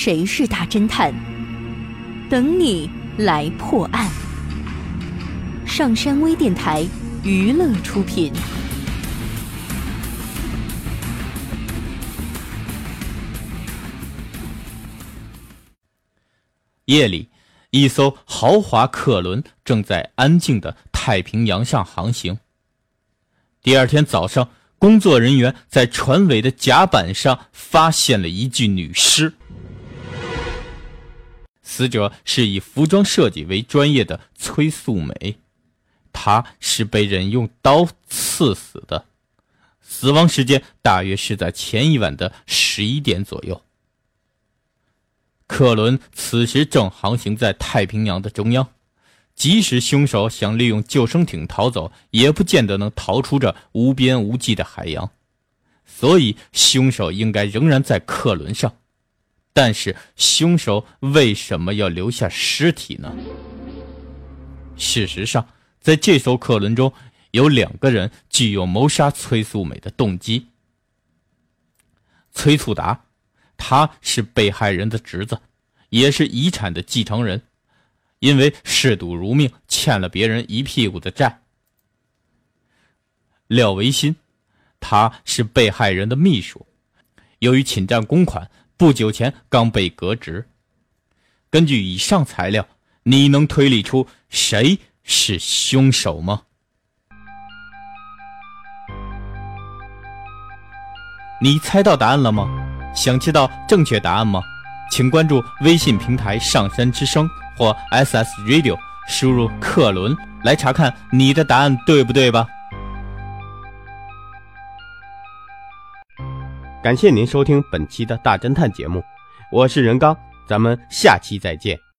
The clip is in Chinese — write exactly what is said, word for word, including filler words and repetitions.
谁是大侦探？等你来破案。上山微电台娱乐出品。 夜里，一艘豪华客轮正在安静的太平洋上航行。第二天早上，工作人员在船尾的甲板上发现了一具女尸。死者是以服装设计为专业的崔素美，她是被人用刀刺死的，死亡时间大约是在前一晚的十一点左右。客轮此时正航行在太平洋的中央，即使凶手想利用救生艇逃走，也不见得能逃出这无边无际的海洋，所以凶手应该仍然在客轮上。但是凶手为什么要留下尸体呢？事实上，在这艘客轮中有两个人具有谋杀崔素美的动机。崔素达，他是被害人的侄子，也是遗产的继承人，因为嗜赌如命，欠了别人一屁股的债。廖维新，他是被害人的秘书，由于侵占公款，不久前刚被革职。根据以上材料，你能推理出谁是凶手吗？你猜到答案了吗？想知道正确答案吗？请关注微信平台上山之声或 S S Radio， 输入客轮来查看你的答案对不对吧。 感谢您收听本期的大侦探节目，我是任刚，咱们下期再见。